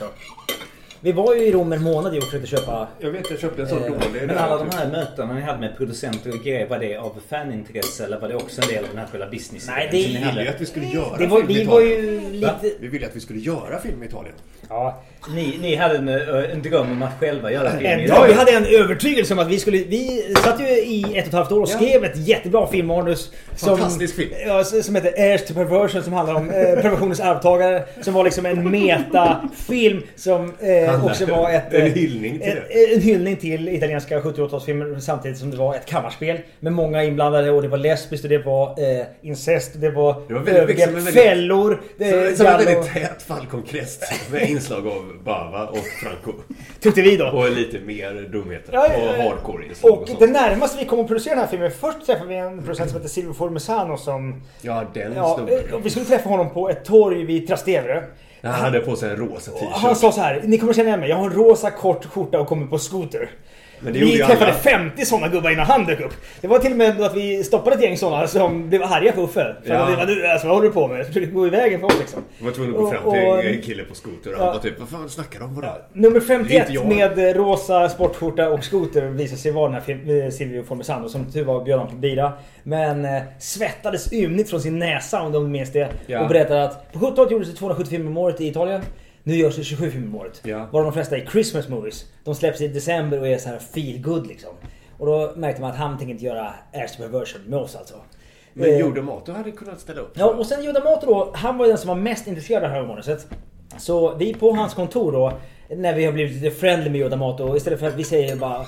Vi var ju i Rom en månad och försökte köpa... Jag vet, jag köpte en sån dålig. Men alla de här mötena ni hade med producenter och grejer, var det av fanintresse eller var det också en del av den här själva businessen? Nej, vi ville ju att vi skulle göra film i Italien. Vi ville att vi skulle göra film i Italien. Ja. Ni hade en dröm om att själva göra film. Ja, vi hade en övertygelse om att vi skulle... Vi satt ju i 1,5 år och skrev ett jättebra filmmanus. Fantastisk film. Ja, som heter Heirs to Perversion, som handlar om perversionens arvtagare. Som var liksom en metafilm som också var en hyllning till det. En hyllning till italienska 70-80-talsfilmer samtidigt som det var ett kammarspel med många inblandade och det var lesbiskt och det var incest, det var övergrepp, fällor. Som en väldigt tät fallkonkrest med inslag av Bava och Franco. Tyckte vi då. Och lite mer dumheter och hardcore inslag och det närmaste vi kommer att producera den här filmen, först träffade vi en producent som heter Silvio Formesano som... Ja, den och vi skulle träffa honom på ett torg vid Trastevere. Han hade på sig en rosa t-shirt. Han sa så här: ni kommer känna igen mig, jag har en rosa kort skjorta och kommer på scooter. Vi träffade 50 sådana gubbar innan han dök upp. Det var till och med att vi stoppade ett gäng sådana som blev arga på Uffe. Vad håller du på med? Jag försökte gå i vägen för oss liksom. Jag var tvungen att gå fram till en kille på skoter och han var typ, vad fan snackar de om det? Nummer 51 med rosa sportskjorta och skoter visade sig vara den här Silvio Formesano som tur var bjöd på bira. Men svettades ymnigt från sin näsa om de minns det. Ja. Och berättade att på 70-talet gjordes det 270 filmer om året i Italien. Nu görs det 27 filmer om året. Ja. Var de flesta är Christmas movies. De släpps i december och är så här feel good liksom. Och då märkte man att han tänkte inte göra Heirs to Perversion med oss alltså. Men Giordamato hade kunnat ställa upp. Ja, och sen Giordamato då, han var den som var mest intresserad av det här manuset. Så vi på hans kontor då, när vi har blivit lite friendly med Giordamato, istället för att vi säger bara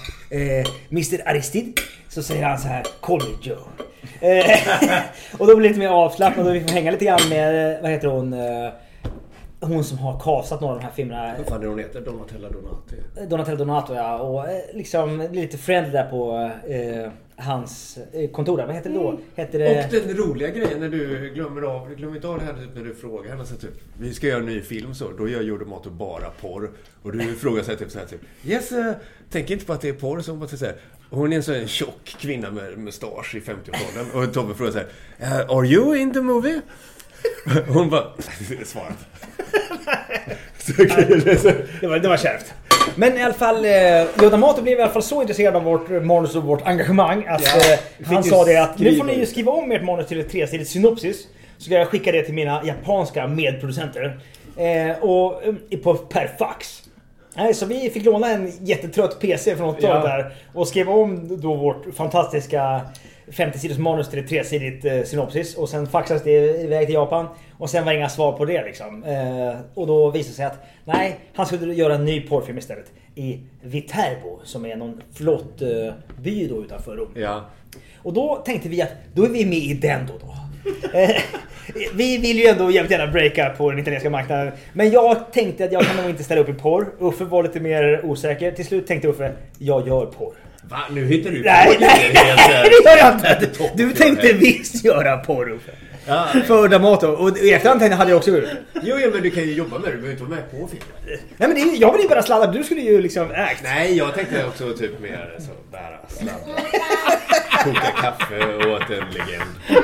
Mr. Aristide, så säger han så här, call me Joe. Och då blir det lite mer avslappnat och vi får hänga lite grann med, vad heter hon som har kastat några av de här filmerna. Vad fan är hon heter? Donatella Donato, ja. Och liksom lite friendly där på hans kontor där. Vad heter det då? Heter det... Och den roliga grejen när du glömmer inte av det här typ, när du frågar henne så typ, vi ska göra en ny film så, då gör Giordamato bara porr. Och du frågar sig typ så här typ, yes, tänk inte på att det är porr, som man säger. Hon är en sån tjock kvinna med mustasch i 50-årsåldern. Och Tobbe frågar så här, are you in the movie? Hon bara svarat. Det var kärvt. Men i alla fall Giordamato blev i alla fall så intresserad av vårt manus och vårt engagemang att han sa det att nu får ni ju skriva om ert manus till ett 3-sidigt synopsis, så ska jag skicka det till mina japanska medproducenter och per fax. Så vi fick låna en jättetrött PC från något där och skrev om då vårt fantastiska 50-sidors manus till ett 3-sidigt synopsis och sen faxades det iväg till Japan och sen var inga svar på det liksom. Och då visade sig att nej, han skulle göra en ny porrfilm istället i Viterbo som är någon flott by då utanför Rom. Ja. Och då tänkte vi att då är vi med i den då. Vi vill ju ändå jävligt gärna breaka på den italienska marknaden. Men jag tänkte att jag kan nog inte ställa upp i porr. Uffe var lite mer osäker. Till slut tänkte Uffe, jag gör porr. Va? Nu hittar du nej, det gör jag inte. Du tänkte visst göra porr, Uffe. Ja. För D'Amato. Och i efterhand hade jag också gjort. Jo, men du kan ju jobba med det. Du behöver inte vara med på filmen. Nej, men jag vill ju bara sladda. Du skulle ju liksom ägt. Nej, jag tänkte också typ mer så bära sladda. Koka kaffe åt en legend.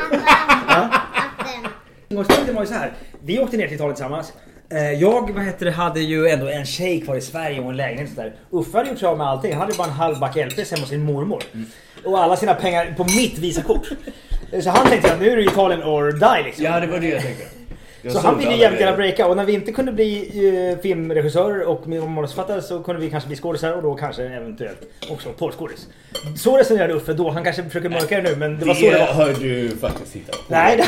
Det var ju så här. Vi åkte ner till Italien tillsammans. Jag hade ju ändå en tjej kvar i Sverige och en lägenhet där. Uffe hade gjort sig av med allting. Han hade ju bara en halv back LPs hemma hos sin mormor. Och alla sina pengar på mitt Visakort. Så han tänkte att nu är det Italien or die liksom. Ja, det var det jag tänkte. Så han ville ju jävligt gärna breaka. Och när vi inte kunde bli filmregissörer och manusförfattare så kunde vi kanske bli skådisar och då kanske eventuellt också porrskådis. Så resonerade Uffe då. Han kanske försöker mörka det nu, men det var så det var. Har du faktiskt hittat på. Nej.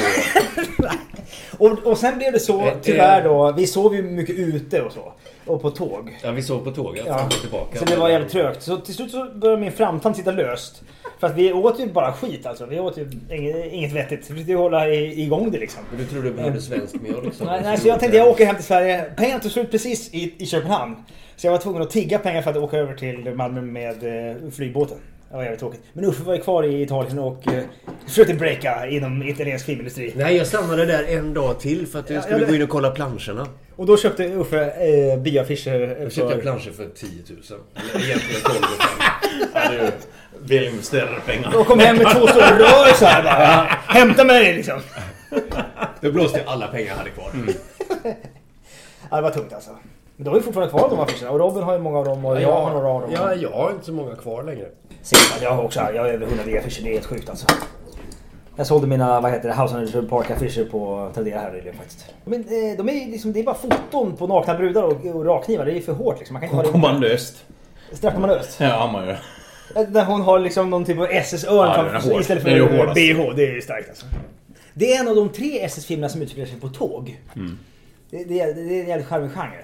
och sen blev det så, tyvärr då. Vi sov ju mycket ute och så. Och på tåg. Ja, vi sov på tåget. Ja. Så det var jävligt trögt. Så till slut så började min framtand sitta löst. För att vi åt ju bara skit alltså. Vi åt ju inget vettigt. Vi försökte hålla igång det liksom. Men du tror du behövde svensk mjöl liksom? Nej, så jag tänkte jag åker hem till Sverige. Pengarna tog slut precis i Köpenhamn. Så jag var tvungen att tigga pengar för att åka över till Malmö med flygbåten. Det var jävligt tråkigt. Men Uffe var ju kvar i Italien och försökte breaka inom italiensk filmindustri. Nej, jag stannade där en dag till för att jag skulle gå in och kolla planscherna. Och då köpte Uffe bioaffischer. Jag köpte planscher för 10 000. Eller egentligen 12 000. Ja, du vill investera pengar. Och kom hem med 2 stora rör så här bara. Hämta mig liksom. Då blåste jag alla pengar jag hade kvar. Ja, det var tungt alltså. Men då har vi fortfarande kvar de affischerna. Och Robin har ju många av dem och jag har några av dem. Ja, jag har inte så många kvar längre. Jag har också, jag har över 100 affischer, det är helt sjukt alltså. Jag sålde mina, House on the Park affischer på Tradera här nyligen faktiskt. Men de är liksom, det är bara foton på nakna brudar och rakknivar, det är för hårt liksom. Man kan inte ha det. Kommandöst. Straffkommandöst. Ja, man gör. Där hon har liksom någon typ av SS-örn istället för BH, det är ju starkt alltså. Det är en av de 3 SS-filmerna som utspelar sig på tåg. Det är en jävligt charmig genre.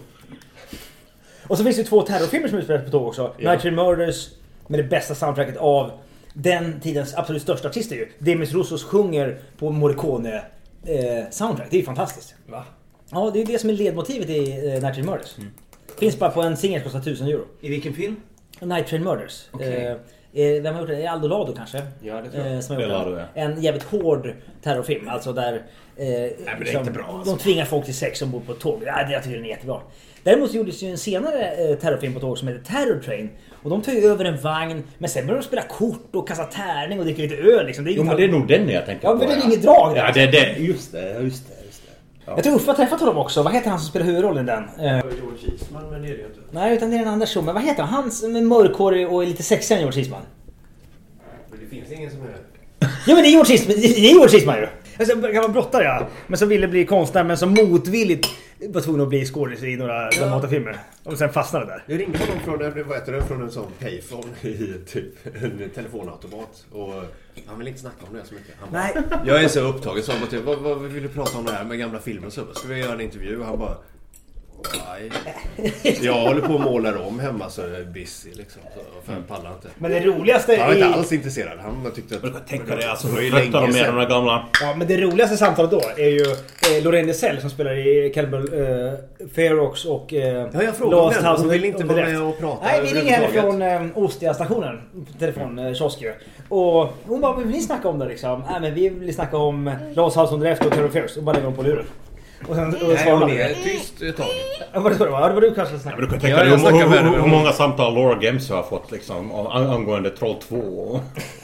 Och så finns det 2 terrorfilmer som utspelar sig på tåg också. Night Train Murders med det bästa soundtracket av den tidens absolut största artister ju. Demis Roussos sjunger på Morricone soundtrack. Det är ju fantastiskt. Va? Ja, det är det som är ledmotivet i Night Train Murders. Finns bara på en singel, kostar 1000 euro. I vilken film? Night Train Murders. Okay. Vem har gjort det? Aldo Lado kanske? Ja, det tror jag. Som har gjort en jävligt hård terrorfilm. Alltså där nej, men det är inte bra, alltså. De tvingar folk till sex ombord på ett tåg. Ja, det jag tycker den är jättebra. Däremot gjordes ju en senare terrorfilm på tåg som heter Terror Train. Och de tar ju över en vagn. Men sen börjar de spela kort och kasta tärning och dricka lite öl liksom. Jo, men det är nog den jag tänker på. Ja, men det är inget drag där. Ja, det är det. Just det. Ja. Jag tror Uffe har träffat honom också. Vad heter han som spelar huvudrollen i den? George Eastman, men det är det ju inte. Nej, utan det är en annan show. Men vad heter han? Han som är mörkhårig och är lite sexig än George Eastman. Men det finns ingen som är... Ja, men det är George Eastman. Det är George Eastman ju. Alltså, kan vara brottare, ja. Men som ville bli konstnär, men som motvilligt var tvungen att bli skådis i några filmer. Och sen fastnade där. Jag ringde honom från en sån payphone i typ en telefonautomat. Och han vill inte snacka om det så mycket. Han bara, nej. Jag är så upptagen så han bara typ, vad vill du prata om det här med gamla filmer? Så ska vi göra en intervju? Och han bara, nej. Jag håller på att måla om hemma så är busy liksom. Så jag pallar inte. Men det roligaste han var inte alls intresserad. Han tyckte att... Jag tänker det, alltså tröttar de med de där gamla... Ja, men det roligaste samtalet då är ju Lorraine Dessel som spelar i Cannibal Ferox och ja, jag frågade Lost House. Hon vill inte vara med och prata. Nej, vi ringer henne från Ostia-stationen på telefon, kiosker. Och hon bara, vill ni snacka om det liksom? Nej, men vi vill snacka om Lost House on the Left och Terror Ferox. Och bara lägger dem på luren. Och sen svarar man är tyst ett tag. Ja, vad det var du kanske snackade. Ja, du kan tänka dig hur många samtal Laura Games har fått liksom angående Troll 2.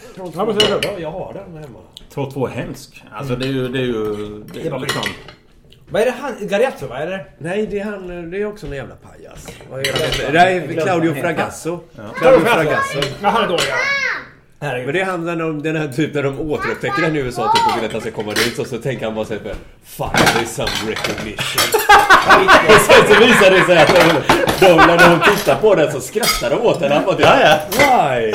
Jag har den hemma. Troll 2 är hemsk. Alltså det är ju liksom... Vad är det han? Gariazzo, vad är det? Nej, det är han. Det är också en jävla pajas. Det är Claudio Fragasso. Claudio Fragasso. Ja, han är dålig. Herregud. Men det är han den här typ när de återupptäcker den i USA typ, och vill att han ska komma dit och så tänker han bara så här, finally some recognition. Och sen så visar det sig att när de tittar på den så skrattar de åt den. Han bara why?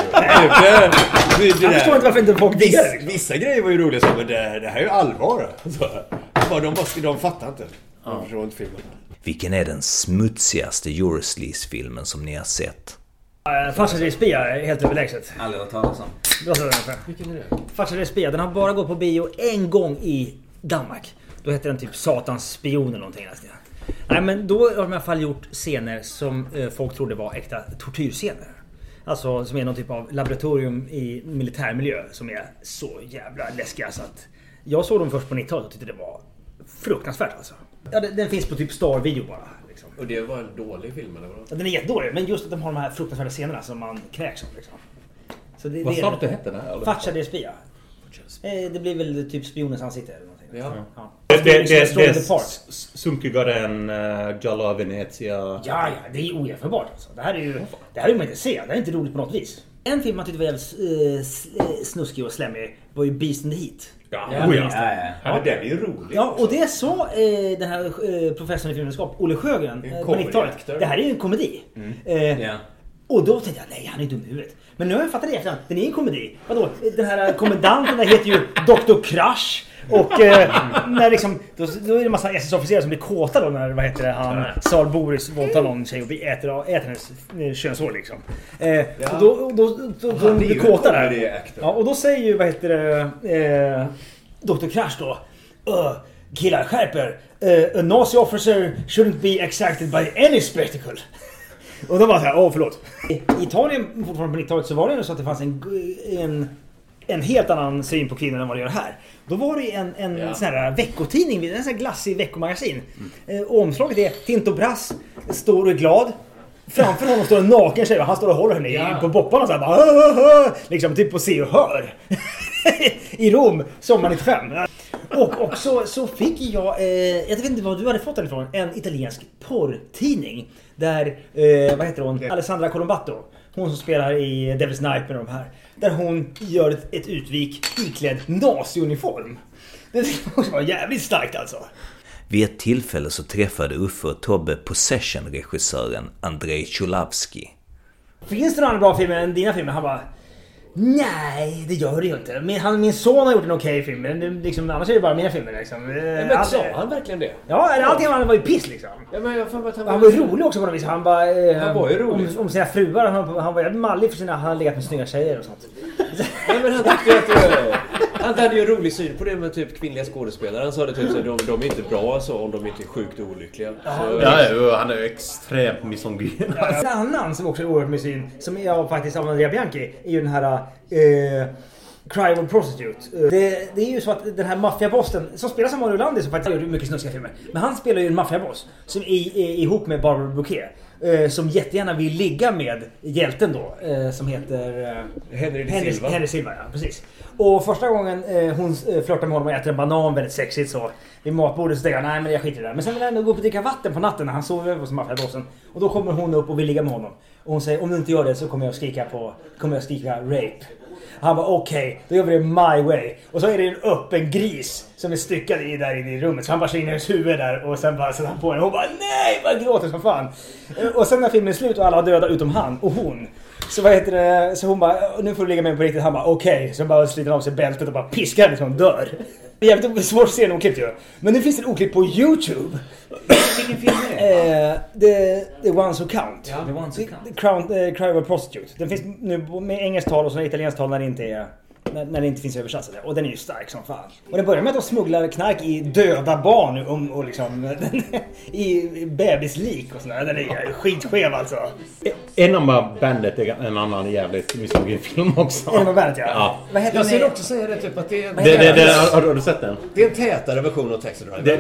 Jag förstår inte varför inte folk diggar. Vissa grejer var ju roliga så, men det här är ju allvar. De fattar inte. De förstår inte filmen. Vilken är den smutsigaste Eurosleaze-filmen som ni har sett? Farsa Spia är helt överlägset. Aldrig hört talas om. Vilken är det? Farsa Spia, den har bara gått på bio en gång i Danmark. Då heter den typ Satans spion eller någonting. Nej, men då har de i alla fall gjort scener som folk trodde var äkta tortyrscener. Alltså som är någon typ av laboratorium i militärmiljö som är så jävla läskiga så att jag såg dem först på 90-talet och tyckte det var fruktansvärt alltså. Ja, den finns på typ Star-video bara. Liksom. Och det var en dålig film eller vad? Ja, den är jättedålig, men just att de har de här fruktansvärda scenerna som man kräks om liksom. Så vad sa du att det hette där? Faccia del Spia. Det blir väl typ spionens ansikte eller någonting. Ja. Det är sunkigare än Giallo a Venezia. Ja, det är ojämförbart alltså. Det här är man inte se. Det är inte roligt på något vis. En film man tyckte var jävligt snuskig och slemmig var ju Beast in the Heat. Ja, den är ju rolig. Ja, och det sa den här professorn i filmvetenskap, Olle Sjögren, på 90-talet. Det här är ju en komedi. Och då tänkte jag, nej, han är dum i huvudet. Men nu har jag fattat det efterhand, den är en komedi. Vadå? Den här kommandanten där heter ju Dr. Crush. Och när liksom, då är det en massa SS-officerare som blir kåta då när, vad heter det, han Tsar Boris våldtar någon tjej och äter hennes könshår liksom. Och då blir kåta där. Ja, och då säger ju, vad heter det, Dr. Crush då, killar, skärper, a Nazi officer shouldn't be exacted by any spectacle. Och då var det här, förlåt. I Italien fortfarande på 90-talet så var det ju så att det fanns en helt annan syn på kvinnor än vad det gör här. Då var det en sån här veckotidning, en sån här glassig veckomagasin. Omslaget är Tinto Brass står och är glad. Framför honom står en naken tjej och han står och håller henne på bopparna så här bara, liksom typ på se och hör. I Rom, sommar 95. Och så fick jag vet inte vad du hade fått den ifrån, en italiensk porrtidning där, vad heter hon? Alessandra Colombato. Hon som spelar i Devil's Sniper och de här. Där hon gör ett utvik iklädd nazi-uniform. Det var jävligt starkt alltså. Vid ett tillfälle så träffade Uffe och Tobbe Possession-regissören Andrei Chulavski. Finns det några bra filmer än dina filmer? Han bara, nej, det gör det ju inte. Min son har gjort en okej film, men liksom, annars är det bara mina filmer liksom. Men sa han verkligen det? Ja, allting han var ju piss liksom. Ja, men jag fan, han var ju rolig också på något vis. Han var ju rolig. Om sina fruar, han var jävligt mallig för han hade legat med snygga tjejer och sånt. Ja, men han tyckte att han hade ju en rolig syn på det med typ kvinnliga skådespelare. Han sa det typ så de är inte bra så om de inte är sjukt olyckliga. Ja, han är ju extremt misogyn. En annan som också är oerhört misogyn, som jag faktiskt av Andrea Bianchi, är ju den här Cry of Prostitute. Det är ju så att den här maffiabossen som spelar som Mario Landi, som faktiskt gör mycket snuskiga filmer, men han spelar ju en maffiaboss som är ihop med Barbara Bouquet, som jättegärna vill ligga med hjälten då, som heter Henry Silva, ja, precis. Och första gången hon flörtar med honom och äter en banan väldigt sexigt så vid matbordet, så tänker jag, nej men jag skiter i det där. Men sen vill han ändå gå upp och dricka vatten på natten när han sover över hos maffiabossen. Och då kommer hon upp och vill ligga med honom. Och hon säger, om du inte gör det så kommer jag skrika rape. Han bara, okej, då gör vi det my way. Och så är det en öppen gris som är styckad där inne i rummet. Så han bara kör in i hennes huvud där och sen bara sätter han på henne. Och hon bara, nej, vad gråter som fan. Och sen när filmen är slut och alla har döda utom han och hon. Så vad heter det? Så hon bara, nu får du ligga med på riktigt. Han bara, okej. Så bara sliter av sig bältet och bara piskar henne så hon dör. Det är jävligt svårt att se någon klipp ju. Men nu finns det en oklipp på YouTube. Vilken film är det? The Ones Who Count. Ja, The Ones Who Count. Cry of a Prostitute. Den finns nu med engelskt tal och så italienskt tal när det inte finns översatt. Och den är ju stark som fan. Och det börjar med att de smugglar knark i döda barn och liksom i bebislik och sådär. Den är skitskev alltså. Enema Bandet är en annan jävligt misogyn film också. Enema Bandet, ja. Vad heter jag den? ser också säga det typ att det är har du sett den? Det är en tätare version av Taxi Driver.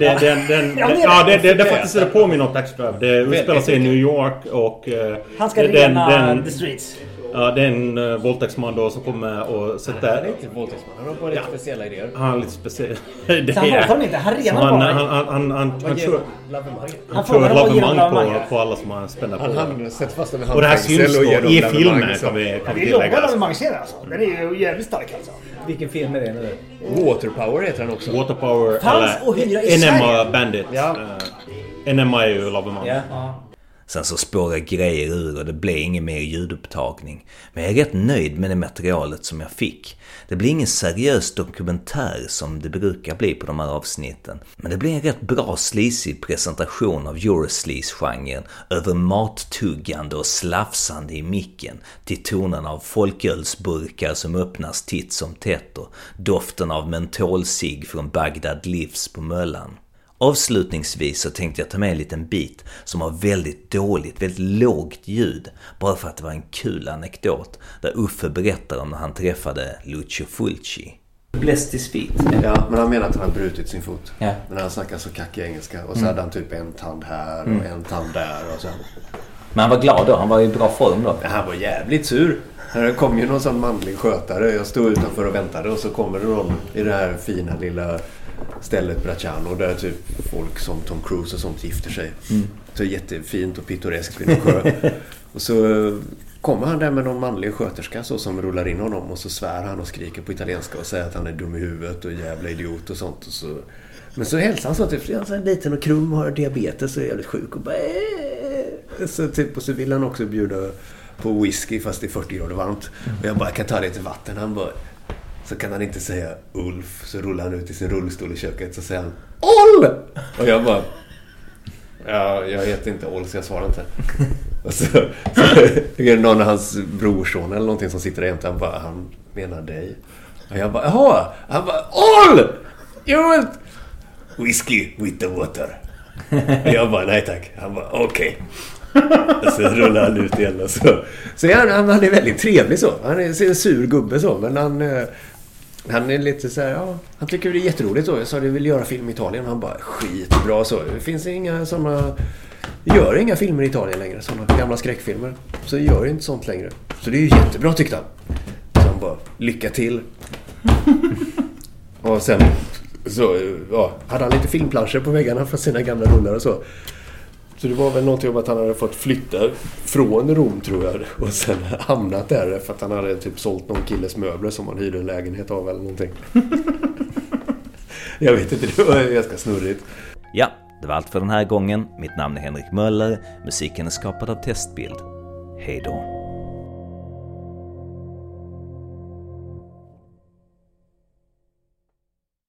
Det faktiskt är det påminner om Taxi Driver. Det utspelar sig i New York och han ska rena the streets. Ja, det är en våldtäktsman då som kommer och sätter... Han är inte våldtäktsman, han har bara lite speciella idéer. Han har lite speciella idéer. Han våldtar inte, han renar bara. Han kör lavemang på alla som har spännat på. Han sätter fast den och det här syns då i filmen kan vi tillägga. Det är lavemang-serien alltså. Den är ju jävligt stark alltså. Vilken film är det nu? Waterpower heter den också. Waterpower eller Enema Bandit. Enema är ju lavemang. Sen så spårar grejer ur och det blir ingen mer ljudupptagning. Men jag är rätt nöjd med det materialet som jag fick. Det blir ingen seriös dokumentär som det brukar bli på de här avsnitten. Men det blir en rätt bra sleazy presentation av Eurosleaze-genren över mattuggande och slafsande i micken till tonen av folkölsburkar som öppnas titt som tätt och doften av mentolsig från Bagdad Livs på Möllan. Avslutningsvis så tänkte jag ta med en liten bit som har väldigt lågt ljud, bara för att det var en kul anekdot där Uffe berättar om när han träffade Lucio Fulci. Blessed his feet. Ja, men han menar att han har brutit sin fot. Ja. Men han snackar så kackig engelska. Och så hade han typ en tand här och en tand där och så. Men han var glad då, han var i bra form då. Ja, han var jävligt sur. Det kom ju någon sån manlig skötare. Jag stod utanför och väntade och så kommer det någon i det här fina lilla stället Bracciano där typ folk som Tom Cruise och sånt gifter sig. Så jättefint och pittoreskt kvinnokör. Och så kommer han där med någon manlig sköterska så som rullar in honom och så svär han och skriker på italienska och säger att han är dum i huvudet och jävla idiot och sånt. Och så. Men så hälsar han så typ, han är liten och krum, har diabetes och är jävligt sjuk och bara så typ, och så vill han också bjuda på whisky fast det är 40 grader varmt. Och jag bara, kan ta lite vatten. Han bara, så kan han inte säga Ulf. Så rullar han ut i sin rullstol i köket så säger han Oll! Och jag bara, ja, jag heter inte Oll så jag svarar inte. Och så är det någon av hans brorson eller någonting som sitter där jämte. Han bara, han menar dig. Och jag bara, jaha. Han bara, Oll! You whisky with the water. Och jag bara, nej tack. Han bara, okej. Och så rullar han ut igen och så han är väldigt trevlig så. Han är en sur gubbe så. Men han är lite så här, ja, han tycker det är jätteroligt så. Jag sa, du vill göra film i Italien. Han bara, skitbra så. Det finns inga sådana, gör inga filmer i Italien längre. Sådana gamla skräckfilmer. Så gör inte sånt längre. Så det är ju jättebra tyckte han. Så han bara, lycka till. Och sen så ja, hade han lite filmplanscher på väggarna för sina gamla rullar och så. Så det var väl någonting om att han hade fått flytta från Rom tror jag. Och sen hamnat där för att han hade typ sålt någon killes möbler som han hyrde en lägenhet av eller någonting. Jag vet inte, det var ganska snurrigt. Ja, det var allt för den här gången. Mitt namn är Henrik Möller. Musiken är skapad av Testbild. Hej då.